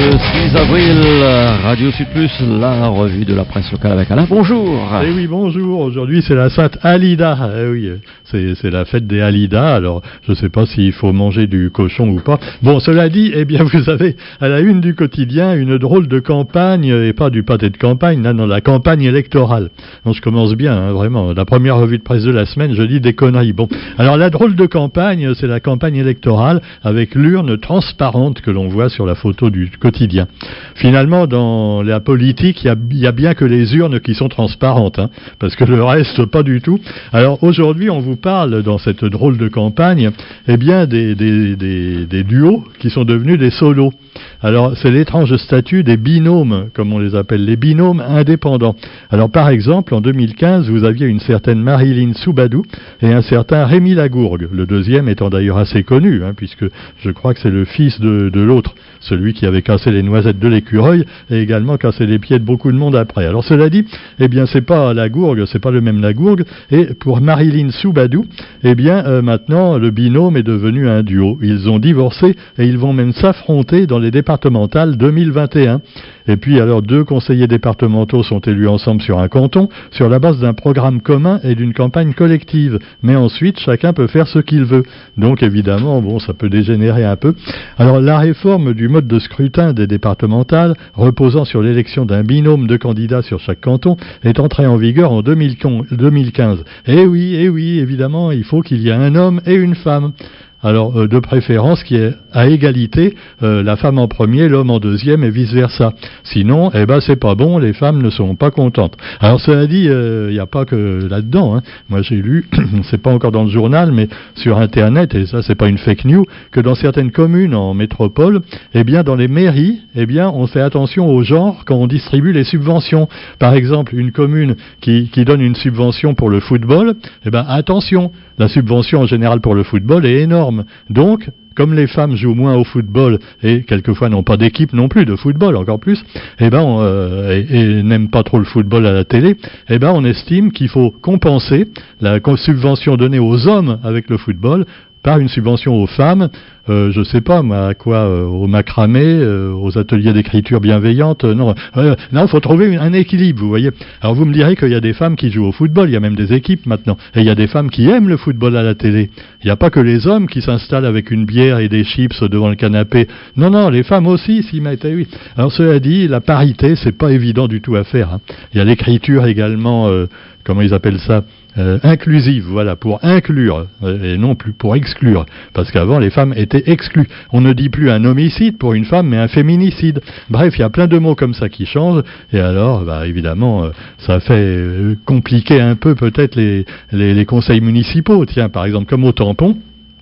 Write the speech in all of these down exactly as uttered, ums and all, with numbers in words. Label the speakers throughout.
Speaker 1: six avril, Radio Sud Plus, la revue de la presse locale avec Alain. Bonjour.
Speaker 2: Eh oui, bonjour. Aujourd'hui, c'est la Sainte Alida. Eh oui, c'est, c'est la fête des Alidas. Alors, je ne sais pas s'il faut manger du cochon ou pas. Bon, cela dit, eh bien, vous avez à la une du quotidien une drôle de campagne, et pas du pâté de campagne, là, non, la campagne électorale. Donc, je commence bien, hein, vraiment. La première revue de presse de la semaine, je dis des conneries. Bon, alors la drôle de campagne, c'est la campagne électorale avec l'urne transparente que l'on voit sur la photo du quotidien. Finalement, dans la politique, il y a, y a bien que les urnes qui sont transparentes, hein, parce que le reste, pas du tout. Alors aujourd'hui, on vous parle, dans cette drôle de campagne, eh bien, des, des, des, des duos qui sont devenus des solos. Alors, c'est l'étrange statut des binômes, comme on les appelle, les binômes indépendants. Alors, par exemple, en deux mille quinze, vous aviez une certaine Marilyn Soubadou et un certain Rémi Lagourgue, le deuxième étant d'ailleurs assez connu, hein, puisque je crois que c'est le fils de, de l'autre, celui qui avait cassé les noisettes de l'écureuil et également cassé les pieds de beaucoup de monde après. Alors, cela dit, eh bien, c'est pas Lagourgue, c'est pas le même Lagourgue, et pour Marilyn Soubadou, eh bien, euh, maintenant, le binôme est devenu un duo. Ils ont divorcé et ils vont même s'affronter dans les départementales deux mille vingt et un. Et puis alors deux conseillers départementaux sont élus ensemble sur un canton sur la base d'un programme commun et d'une campagne collective. Mais ensuite, chacun peut faire ce qu'il veut. Donc évidemment, bon, ça peut dégénérer un peu. Alors la réforme du mode de scrutin des départementales, reposant sur l'élection d'un binôme de candidats sur chaque canton, est entrée en vigueur en deux mille quinze. Et oui, et oui, évidemment, il faut qu'il y ait un homme et une femme. Alors, euh, de préférence, qui est à égalité, euh, la femme en premier, l'homme en deuxième, et vice-versa. Sinon, eh ben, c'est pas bon, les femmes ne seront pas contentes. Alors, cela dit, il euh, n'y a pas que là-dedans, hein. Moi, j'ai lu, c'est pas encore dans le journal, mais sur Internet, et ça, c'est pas une fake news, que dans certaines communes en métropole, eh bien, dans les mairies, eh bien, on fait attention au genre quand on distribue les subventions. Par exemple, une commune qui, qui donne une subvention pour le football, eh ben, attention, la subvention en général pour le football est énorme. Donc, comme les femmes jouent moins au football et quelquefois n'ont pas d'équipe non plus de football, encore plus, eh ben, on, euh, et, et n'aiment pas trop le football à la télé, eh ben, on estime qu'il faut compenser la subvention donnée aux hommes avec le football par une subvention aux femmes, euh, je sais pas, moi, à quoi, euh, au macramé, euh, aux ateliers d'écriture bienveillante, euh, non, euh, non, il faut trouver un équilibre, vous voyez. Alors vous me direz qu'il y a des femmes qui jouent au football, il y a même des équipes maintenant, et il y a des femmes qui aiment le football à la télé. Il n'y a pas que les hommes qui s'installent avec une bière et des chips devant le canapé. Non, non, les femmes aussi s'y mettent, eh oui. Alors cela dit, la parité, c'est pas évident du tout à faire, hein. Il y a l'écriture également, euh, comment ils appellent ça, euh, inclusive, voilà, pour inclure, euh, et non plus pour exclure, parce qu'avant les femmes étaient exclues. On ne dit plus un homicide pour une femme, mais un féminicide. Bref, il y a plein de mots comme ça qui changent, et alors, bah, évidemment, euh, ça fait euh, compliquer un peu peut-être les, les, les conseils municipaux. Tiens, par exemple, comme au tampon.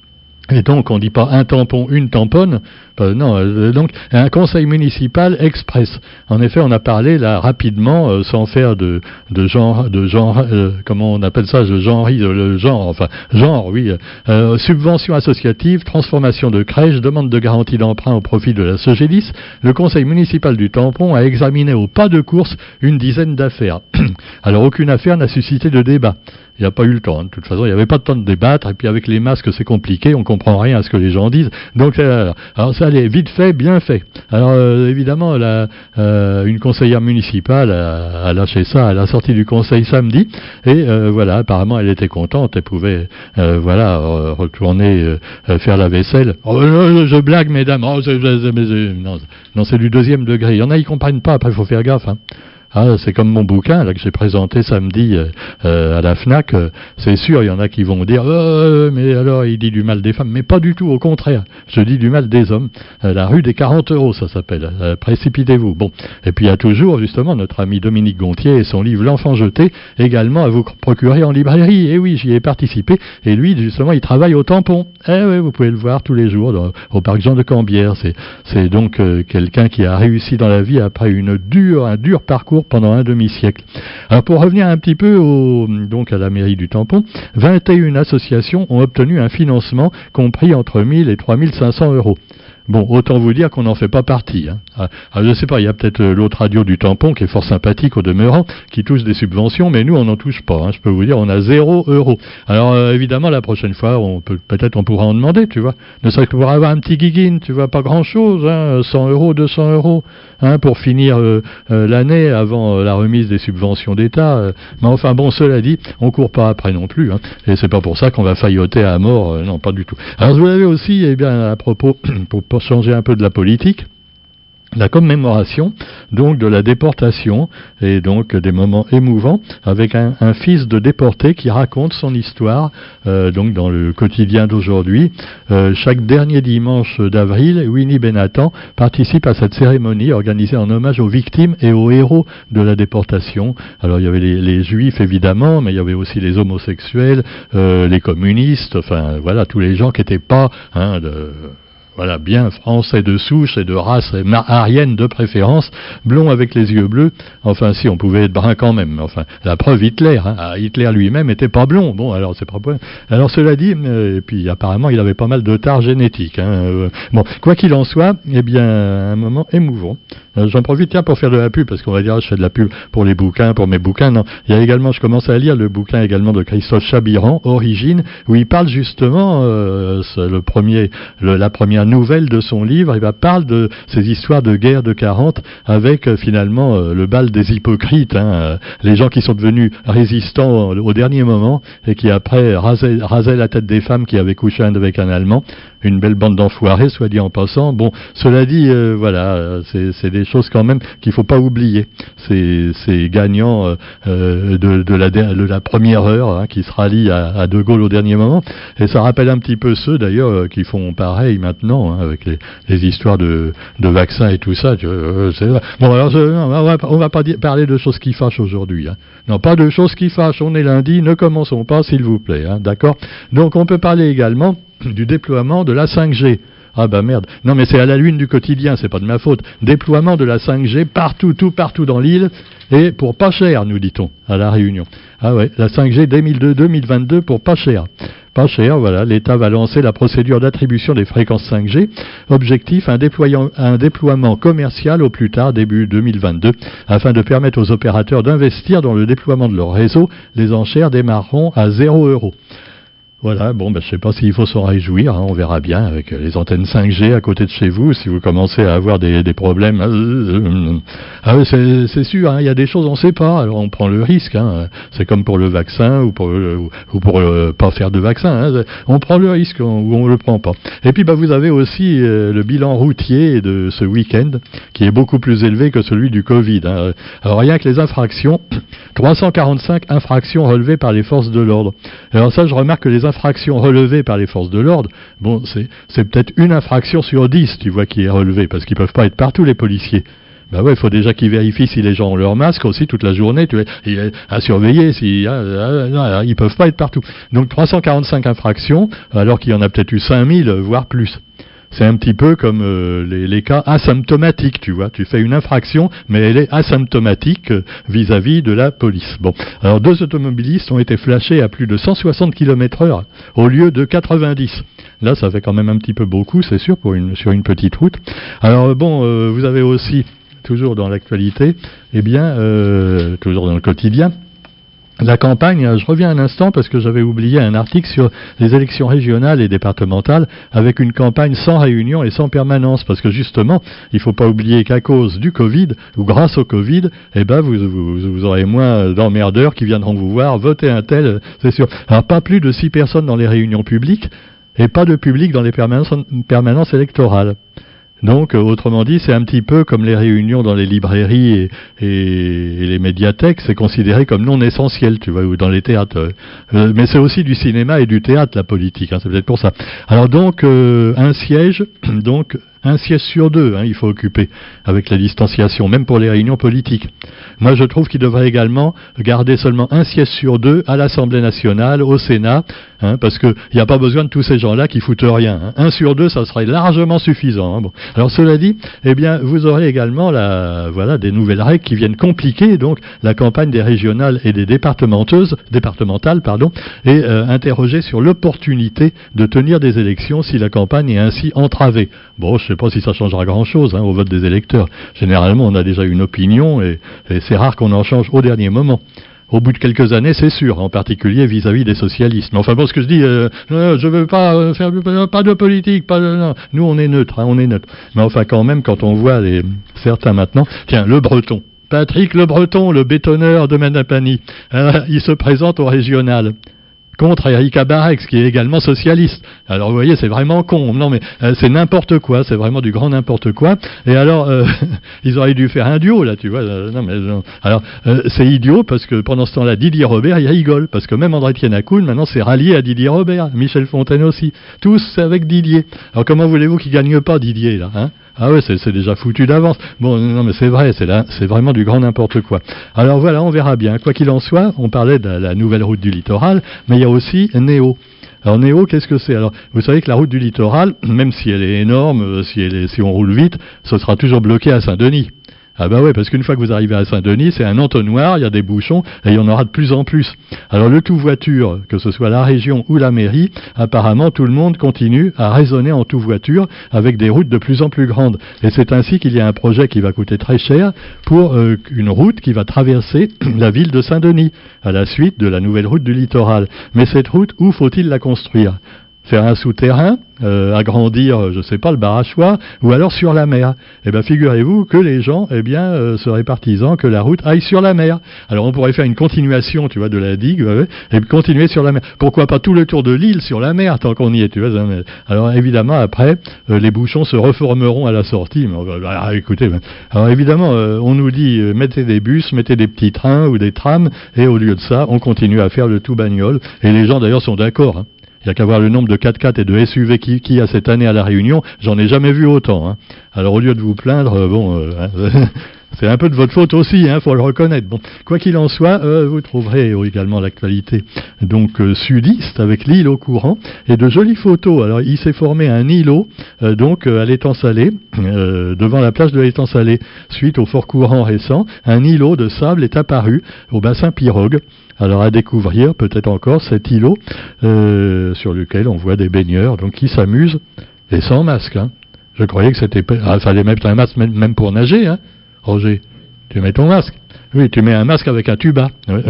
Speaker 2: Et donc, on ne dit pas un tampon, une tamponne, euh, non, euh, donc un conseil municipal express. En effet, on a parlé là rapidement, euh, sans faire de, de genre, de genre, euh, comment on appelle ça, de genre, le genre, enfin, genre, oui, euh, subvention associative, transformation de crèche, demande de garantie d'emprunt au profit de la Sogélis. Le conseil municipal du tampon a examiné au pas de course une dizaine d'affaires. Alors, aucune affaire n'a suscité de débat. Il n'y a pas eu le temps, hein. De toute façon, il n'y avait pas de temps de débattre, et puis avec les masques, c'est compliqué, on comprend rien à ce que les gens disent. Donc, euh, alors ça allait vite fait, bien fait. Alors, euh, évidemment, la, euh, une conseillère municipale a, a lâché ça à la sortie du conseil samedi, et euh, voilà, apparemment, elle était contente, elle pouvait, euh, voilà, retourner euh, faire la vaisselle. Oh, je, je blague, mesdames. Oh, je, je, je, non, non, c'est du deuxième degré. Il y en a, ils comprennent pas. Après, il faut faire gaffe, hein. Ah, c'est comme mon bouquin là que j'ai présenté samedi euh, euh, à la Fnac. Euh, c'est sûr, il y en a qui vont dire euh, mais alors il dit du mal des femmes, mais pas du tout, au contraire. Je dis du mal des hommes. Euh, la rue des quarante euros, ça s'appelle. Euh, précipitez-vous. Bon, et puis il y a toujours justement notre ami Dominique Gontier et son livre L'Enfant jeté, également à vous procurer en librairie. Et oui, j'y ai participé. Et lui, justement, il travaille au tampon. Eh oui, vous pouvez le voir tous les jours dans, au parc Jean de Cambière. C'est, c'est donc euh, quelqu'un qui a réussi dans la vie après une dure, un dur parcours pendant un demi-siècle. Alors pour revenir un petit peu au, donc à la mairie du Tampon, vingt et une associations ont obtenu un financement compris entre mille et trois mille cinq cents euros. Bon, autant vous dire qu'on n'en fait pas partie. Hein. Ah, alors, je sais pas, il y a peut-être l'autre radio du tampon qui est fort sympathique au demeurant, qui touche des subventions, mais nous on n'en touche pas. Hein. Je peux vous dire, on a zéro euro. Alors euh, évidemment, la prochaine fois, on peut peut-être on pourra en demander, tu vois. Ne serait-ce que pour avoir un petit guiguine, tu vois, pas grand-chose, hein, cent euros, deux cents euros, hein, pour finir euh, euh, l'année avant euh, la remise des subventions d'État. Euh. Mais enfin bon, cela dit, on court pas après non plus, hein. Et c'est pas pour ça qu'on va failloter à mort. Euh, non, pas du tout. Alors vous l'avez aussi, eh bien, à propos pour pour changer un peu de la politique, la commémoration donc de la déportation et donc des moments émouvants avec un, un fils de déporté qui raconte son histoire euh, donc dans le quotidien d'aujourd'hui. Euh, chaque dernier dimanche d'avril, Winnie Benatan participe à cette cérémonie organisée en hommage aux victimes et aux héros de la déportation. Alors il y avait les, les juifs évidemment, mais il y avait aussi les homosexuels, euh, les communistes, enfin voilà tous les gens qui n'étaient pas hein, de voilà, bien français de souche et de race aryenne de préférence, blond avec les yeux bleus, enfin si, on pouvait être brun quand même, enfin, la preuve Hitler, hein, Hitler lui-même était pas blond, bon, alors c'est pas point. Alors cela dit, euh, et puis apparemment il avait pas mal de tard génétique, hein, euh, bon, quoi qu'il en soit, eh bien, un moment émouvant. Euh, j'en profite, tiens, pour faire de la pub, parce qu'on va dire, je fais de la pub pour les bouquins, pour mes bouquins, non, il y a également, je commence à lire le bouquin également de Christophe Chabiran, Origine, où il parle justement, euh, le premier, le, la première nouvelle de son livre, il va parler de ces histoires de guerre de quarante avec euh, finalement euh, le bal des hypocrites, hein, euh, les gens qui sont devenus résistants au, au dernier moment et qui après rasaient, rasaient la tête des femmes qui avaient couché avec un Allemand, une belle bande d'enfoirés, soit dit en passant. Bon, cela dit, euh, voilà, c'est, c'est des choses quand même qu'il faut pas oublier. C'est, c'est gagnant euh, euh, de, de, la, de la première heure hein, qui se rallie à, à De Gaulle au dernier moment, et ça rappelle un petit peu ceux d'ailleurs euh, qui font pareil maintenant. Hein, avec les, les histoires de, de vaccins et tout ça. Tu vois, euh, c'est vrai. Bon, alors, je, on va, on va pas dire, parler de choses qui fâchent aujourd'hui. Hein. Non, pas de choses qui fâchent. On est lundi, ne commençons pas, s'il vous plaît. Hein, d'accord ? Donc, on peut parler également du déploiement de la cinq G. Ah bah merde. Non mais c'est à la lune du quotidien, c'est pas de ma faute. Déploiement de la cinq G partout, tout partout dans l'île, et pour pas cher, nous dit-on, à La Réunion. Ah ouais, la cinq G deux mille vingt-deux pour pas cher. Pas cher, voilà, l'État va lancer la procédure d'attribution des fréquences cinq G. Objectif, un, un déploiement commercial au plus tard début deux mille vingt-deux, afin de permettre aux opérateurs d'investir dans le déploiement de leur réseau. Les enchères démarreront à zéro euro. Voilà, bon, ben, je sais pas s'il faut s'en réjouir, hein, on verra bien avec les antennes cinq G à côté de chez vous, si vous commencez à avoir des, des problèmes. Ah oui, c'est, c'est sûr, hein, il y a des choses on sait pas, alors on prend le risque. Hein, c'est comme pour le vaccin ou pour, ou, ou pour euh, pas faire de vaccin. Hein, on prend le risque ou on le prend pas. Et puis, ben, vous avez aussi euh, le bilan routier de ce week-end, qui est beaucoup plus élevé que celui du Covid. Hein. Alors rien que les infractions, trois cent quarante-cinq infractions relevées par les forces de l'ordre. Alors ça, je remarque que les infractions relevées par les forces de l'ordre, bon, c'est, c'est peut-être une infraction sur dix, tu vois, qui est relevée, parce qu'ils peuvent pas être partout, les policiers. Ben ouais, il faut déjà qu'ils vérifient si les gens ont leur masque aussi toute la journée, tu vois, et à surveiller, si, ah, ah, ah, ils peuvent pas être partout. Donc trois cent quarante-cinq infractions, alors qu'il y en a peut-être eu cinq mille, voire plus. C'est un petit peu comme euh, les, les cas asymptomatiques, tu vois. Tu fais une infraction, mais elle est asymptomatique euh, vis-à-vis de la police. Bon, alors deux automobilistes ont été flashés à plus de cent soixante kilomètres heure au lieu de quatre-vingt-dix. Là, ça fait quand même un petit peu beaucoup, c'est sûr, pour une, sur une petite route. Alors bon, euh, vous avez aussi, toujours dans l'actualité, eh bien, euh, toujours dans le quotidien, la campagne, je reviens un instant parce que j'avais oublié un article sur les élections régionales et départementales avec une campagne sans réunion et sans permanence, parce que justement, il faut pas oublier qu'à cause du Covid, ou grâce au Covid, eh ben vous, vous, vous aurez moins d'emmerdeurs qui viendront vous voir, voter un tel, c'est sûr. Alors pas plus de six personnes dans les réunions publiques et pas de public dans les permanences, permanences électorales. Donc, euh, autrement dit, c'est un petit peu comme les réunions dans les librairies et, et, et les médiathèques, c'est considéré comme non essentiel, tu vois, ou dans les théâtres. Euh, mais c'est aussi du cinéma et du théâtre, la politique, hein, c'est peut-être pour ça. Alors donc, euh, un siège, donc un siège sur deux, hein, il faut occuper, avec la distanciation, même pour les réunions politiques. Moi, je trouve qu'il devrait également garder seulement un siège sur deux à l'Assemblée nationale, au Sénat, hein, parce qu'il n'y a pas besoin de tous ces gens-là qui foutent rien. Hein. Un sur deux, ça serait largement suffisant. Hein. Bon. Alors cela dit, eh bien, vous aurez également la, voilà, des nouvelles règles qui viennent compliquer donc la campagne des régionales et des départementeuses, départementales, pardon, et euh, interroger sur l'opportunité de tenir des élections si la campagne est ainsi entravée. Bon, je ne sais pas si ça changera grand-chose hein, au vote des électeurs. Généralement, on a déjà une opinion et, et c'est rare qu'on en change au dernier moment. Au bout de quelques années, c'est sûr, en particulier vis-à-vis des socialistes. Mais enfin bon, ce que je dis, euh, euh, je veux pas euh, faire pas de politique, pas de, non. Nous on est neutre, hein, on est neutre. Mais enfin quand même, quand on voit les certains maintenant, tiens, le Breton, Patrick Le Breton, le bétonneur de Manapani, hein, il se présente au régional. Contre Erika Barex, qui est également socialiste. Alors vous voyez, c'est vraiment con. Non mais euh, c'est n'importe quoi, c'est vraiment du grand n'importe quoi. Et alors, euh, ils auraient dû faire un duo là, tu vois. Euh, non mais non. Alors euh, c'est idiot parce que pendant ce temps-là, Didier Robert, il rigole parce que même André Tiénacoune maintenant c'est rallié à Didier Robert, Michel Fontaine aussi, tous avec Didier. Alors comment voulez-vous qu'il gagne pas Didier là, hein? Ah ouais, c'est, c'est déjà foutu d'avance. Bon, non, mais c'est vrai, c'est là, c'est vraiment du grand n'importe quoi. Alors voilà, on verra bien. Quoi qu'il en soit, on parlait de la, la nouvelle route du littoral, mais il y a aussi Néo. Alors Néo, qu'est-ce que c'est? Alors, vous savez que la route du littoral, même si elle est énorme, si elle est, si on roule vite, ce sera toujours bloqué à Saint-Denis. Ah bah ouais, parce qu'une fois que vous arrivez à Saint-Denis, c'est un entonnoir, il y a des bouchons, et il y en aura de plus en plus. Alors le tout voiture, que ce soit la région ou la mairie, apparemment tout le monde continue à raisonner en tout voiture avec des routes de plus en plus grandes. Et c'est ainsi qu'il y a un projet qui va coûter très cher pour euh, une route qui va traverser la ville de Saint-Denis, à la suite de la nouvelle route du littoral. Mais cette route, où faut-il la construire? Faire un souterrain, euh, agrandir, je sais pas, le barachois, ou alors sur la mer. Eh bien, figurez-vous que les gens, eh bien, euh, seraient partisans que la route aille sur la mer. Alors, on pourrait faire une continuation, tu vois, de la digue, ouais, et continuer sur la mer. Pourquoi pas tout le tour de l'île sur la mer, tant qu'on y est, tu vois. Alors, évidemment, après, euh, les bouchons se reformeront à la sortie. Mais, euh, écoutez, ben, alors évidemment, euh, on nous dit, euh, mettez des bus, mettez des petits trains ou des trams, et au lieu de ça, on continue à faire le tout bagnole. Et les gens, d'ailleurs, sont d'accord, hein. Il n'y a qu'à voir le nombre de quatre-quatre et de S U V qui, qui a cette année à La Réunion, j'en ai jamais vu autant. Hein. Alors au lieu de vous plaindre, euh, bon, euh, hein, c'est un peu de votre faute aussi, hein, faut le reconnaître. Bon, quoi qu'il en soit, euh, vous trouverez également l'actualité donc euh, sudiste avec l'île au courant et de jolies photos. Alors il s'est formé un îlot euh, donc euh, à l'étang Salé, euh, devant la plage de l'étang Salé, suite au fort courant récent. Un îlot de sable est apparu au bassin Pirogue. Alors à découvrir peut-être encore cet îlot euh, sur lequel on voit des baigneurs donc qui s'amusent et sans masque. Hein. Je croyais que c'était, ah, fallait mettre un masque même pour nager. Hein. Roger, tu mets ton masque. Oui, tu mets un masque avec un tuba.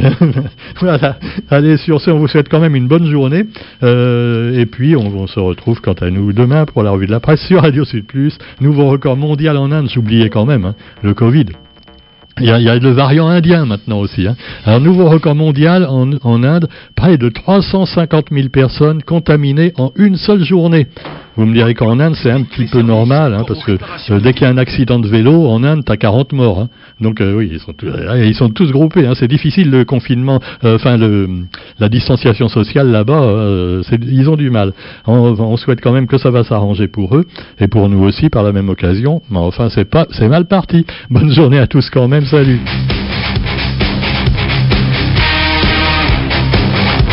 Speaker 2: Voilà. Allez, sur ce, on vous souhaite quand même une bonne journée. Euh, et puis, on, on se retrouve quant à nous demain pour la revue de la presse sur Radio Sud Plus. Nouveau record mondial en Inde, j'oubliais quand même, hein, le Covid. Il y, a, il y a le variant indien maintenant aussi. Hein. Alors, nouveau record mondial en, en Inde, près de trois cent cinquante mille personnes contaminées en une seule journée. Vous me direz qu'en Inde, c'est un petit peu normal, hein, parce que euh, dès qu'il y a un accident de vélo, en Inde, t'as quarante morts. Hein. Donc euh, oui, ils sont, tous, euh, ils sont tous groupés. Hein. C'est difficile le confinement, enfin euh, la distanciation sociale là-bas, euh, c'est, ils ont du mal. On, on souhaite quand même que ça va s'arranger pour eux, et pour nous aussi par la même occasion. Mais enfin, c'est pas, c'est mal parti. Bonne journée à tous quand même, salut.